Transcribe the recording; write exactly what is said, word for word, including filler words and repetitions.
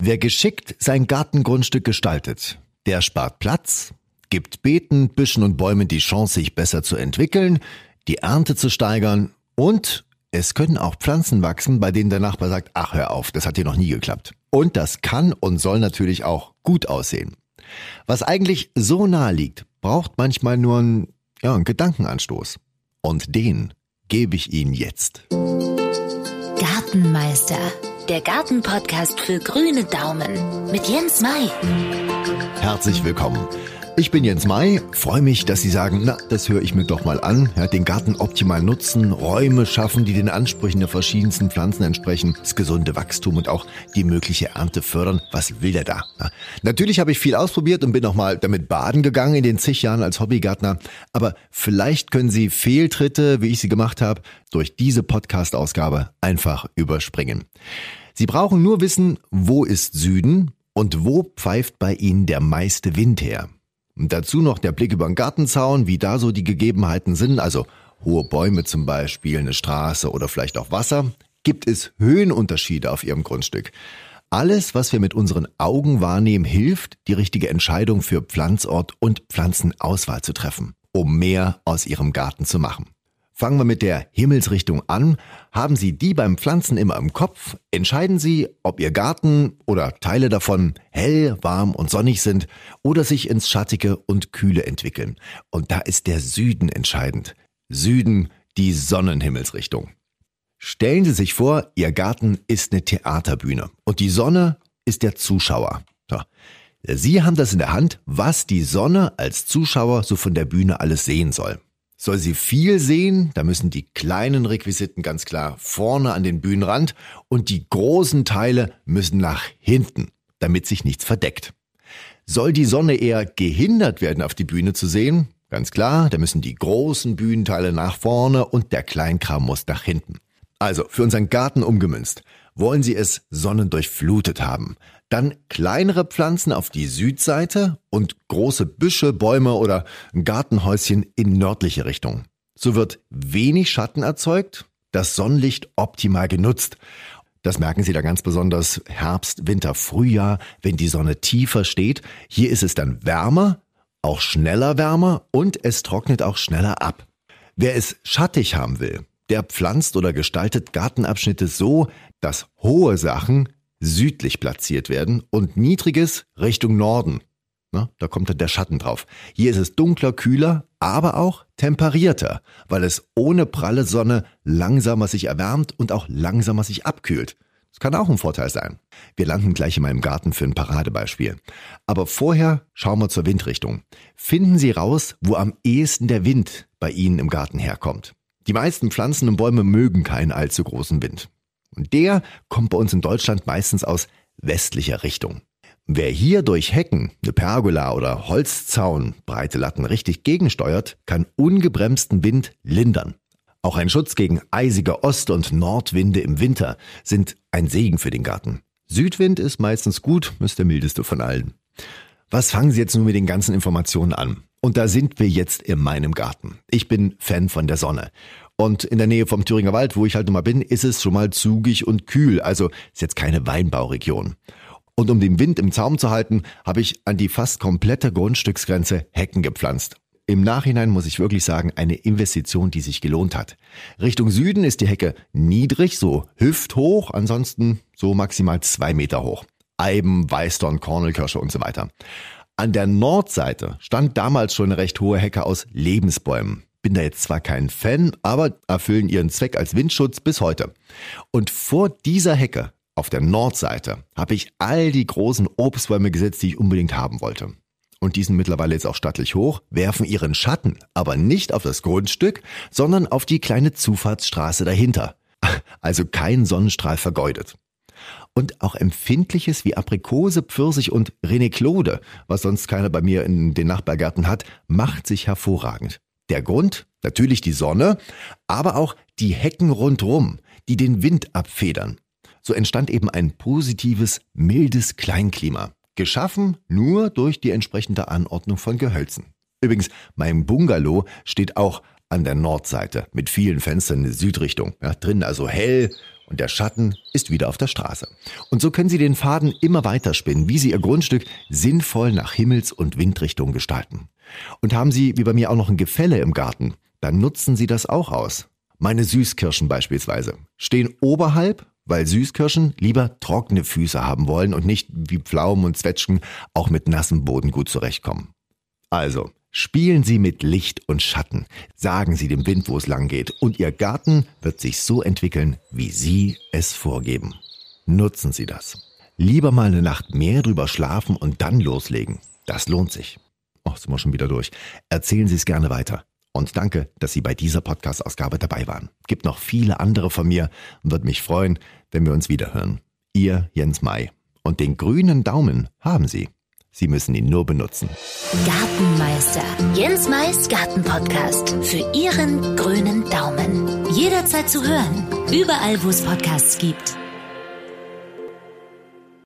Wer geschickt sein Gartengrundstück gestaltet, der spart Platz, gibt Beeten, Büschen und Bäumen die Chance, sich besser zu entwickeln, die Ernte zu steigern und es können auch Pflanzen wachsen, bei denen der Nachbar sagt, ach hör auf, das hat hier noch nie geklappt. Und das kann und soll natürlich auch gut aussehen. Was eigentlich so nahe liegt, braucht manchmal nur einen, ja, einen Gedankenanstoß. Und den gebe ich Ihnen jetzt. Gartenmeister, der Gartenpodcast für grüne Daumen mit Jens May. Herzlich willkommen. Ich bin Jens May, freue mich, dass Sie sagen, na, das höre ich mir doch mal an. Ja, den Garten optimal nutzen, Räume schaffen, die den Ansprüchen der verschiedensten Pflanzen entsprechen, das gesunde Wachstum und auch die mögliche Ernte fördern. Was will der da? Ja, natürlich habe ich viel ausprobiert und bin auch mal damit baden gegangen in den zig Jahren als Hobbygärtner. Aber vielleicht können Sie Fehltritte, wie ich sie gemacht habe, durch diese Podcast-Ausgabe einfach überspringen. Sie brauchen nur wissen, wo ist Süden und wo pfeift bei Ihnen der meiste Wind her. Und dazu noch der Blick über den Gartenzaun, wie da so die Gegebenheiten sind, also hohe Bäume zum Beispiel, eine Straße oder vielleicht auch Wasser. Gibt es Höhenunterschiede auf Ihrem Grundstück? Alles, was wir mit unseren Augen wahrnehmen, hilft, die richtige Entscheidung für Pflanzort und Pflanzenauswahl zu treffen, um mehr aus Ihrem Garten zu machen. Fangen wir mit der Himmelsrichtung an. Haben Sie die beim Pflanzen immer im Kopf? Entscheiden Sie, ob Ihr Garten oder Teile davon hell, warm und sonnig sind oder sich ins Schattige und Kühle entwickeln. Und da ist der Süden entscheidend. Süden, die Sonnenhimmelsrichtung. Stellen Sie sich vor, Ihr Garten ist eine Theaterbühne und die Sonne ist der Zuschauer. Ja. Sie haben das in der Hand, was die Sonne als Zuschauer so von der Bühne alles sehen soll. Soll sie viel sehen, da müssen die kleinen Requisiten ganz klar vorne an den Bühnenrand und die großen Teile müssen nach hinten, damit sich nichts verdeckt. Soll die Sonne eher gehindert werden, auf die Bühne zu sehen? Ganz klar, da müssen die großen Bühnenteile nach vorne und der Kleinkram muss nach hinten. Also, für unseren Garten umgemünzt. Wollen Sie es sonnendurchflutet haben? Dann kleinere Pflanzen auf die Südseite und große Büsche, Bäume oder ein Gartenhäuschen in nördliche Richtung. So wird wenig Schatten erzeugt, das Sonnenlicht optimal genutzt. Das merken Sie da ganz besonders Herbst, Winter, Frühjahr, wenn die Sonne tiefer steht. Hier ist es dann wärmer, auch schneller wärmer und es trocknet auch schneller ab. Wer es schattig haben will, der pflanzt oder gestaltet Gartenabschnitte so, dass hohe Sachen südlich platziert werden und niedriges Richtung Norden. Na, da kommt dann der Schatten drauf. Hier ist es dunkler, kühler, aber auch temperierter, weil es ohne pralle Sonne langsamer sich erwärmt und auch langsamer sich abkühlt. Das kann auch ein Vorteil sein. Wir landen gleich in meinem Garten für ein Paradebeispiel. Aber vorher schauen wir zur Windrichtung. Finden Sie raus, wo am ehesten der Wind bei Ihnen im Garten herkommt. Die meisten Pflanzen und Bäume mögen keinen allzu großen Wind. Und der kommt bei uns in Deutschland meistens aus westlicher Richtung. Wer hier durch Hecken, eine Pergola oder Holzzaun, breite Latten richtig gegensteuert, kann ungebremsten Wind lindern. Auch ein Schutz gegen eisige Ost- und Nordwinde im Winter sind ein Segen für den Garten. Südwind ist meistens gut, ist der mildeste von allen. Was fangen Sie jetzt nun mit den ganzen Informationen an? Und da sind wir jetzt in meinem Garten. Ich bin Fan von der Sonne. Und in der Nähe vom Thüringer Wald, wo ich halt nun mal bin, ist es schon mal zugig und kühl. Also ist jetzt keine Weinbauregion. Und um den Wind im Zaum zu halten, habe ich an die fast komplette Grundstücksgrenze Hecken gepflanzt. Im Nachhinein muss ich wirklich sagen, eine Investition, die sich gelohnt hat. Richtung Süden ist die Hecke niedrig, so hüfthoch, ansonsten so maximal zwei Meter hoch. Eiben, Weißdorn, Kornelkirsche und so weiter. An der Nordseite stand damals schon eine recht hohe Hecke aus Lebensbäumen. Bin da jetzt zwar kein Fan, aber erfüllen ihren Zweck als Windschutz bis heute. Und vor dieser Hecke, auf der Nordseite, habe ich all die großen Obstbäume gesetzt, die ich unbedingt haben wollte. Und die sind mittlerweile jetzt auch stattlich hoch, werfen ihren Schatten, aber nicht auf das Grundstück, sondern auf die kleine Zufahrtsstraße dahinter. Also kein Sonnenstrahl vergeudet. Und auch Empfindliches wie Aprikose, Pfirsich und Renneklode, was sonst keiner bei mir in den Nachbargärten hat, macht sich hervorragend. Der Grund? Natürlich die Sonne, aber auch die Hecken rundrum, die den Wind abfedern. So entstand eben ein positives, mildes Kleinklima. Geschaffen nur durch die entsprechende Anordnung von Gehölzen. Übrigens, mein Bungalow steht auch an der Nordseite mit vielen Fenstern in die Südrichtung. Ja, drinnen also hell und der Schatten ist wieder auf der Straße. Und so können Sie den Faden immer weiter spinnen, wie Sie Ihr Grundstück sinnvoll nach Himmels- und Windrichtung gestalten. Und haben Sie, wie bei mir, auch noch ein Gefälle im Garten, dann nutzen Sie das auch aus. Meine Süßkirschen beispielsweise stehen oberhalb, weil Süßkirschen lieber trockene Füße haben wollen und nicht wie Pflaumen und Zwetschgen auch mit nassem Boden gut zurechtkommen. Also, spielen Sie mit Licht und Schatten, sagen Sie dem Wind, wo es lang geht, und Ihr Garten wird sich so entwickeln, wie Sie es vorgeben. Nutzen Sie das. Lieber mal eine Nacht mehr drüber schlafen und dann loslegen. Das lohnt sich. Oh, sind wir schon wieder durch. Erzählen Sie es gerne weiter. Und danke, dass Sie bei dieser Podcast-Ausgabe dabei waren. Gibt noch viele andere von mir und würde mich freuen, wenn wir uns wiederhören. Ihr Jens May. Und den grünen Daumen haben Sie. Sie müssen ihn nur benutzen. Gartenmeister. Jens Mays Garten-Podcast. Für Ihren grünen Daumen. Jederzeit zu hören. Überall, wo es Podcasts gibt.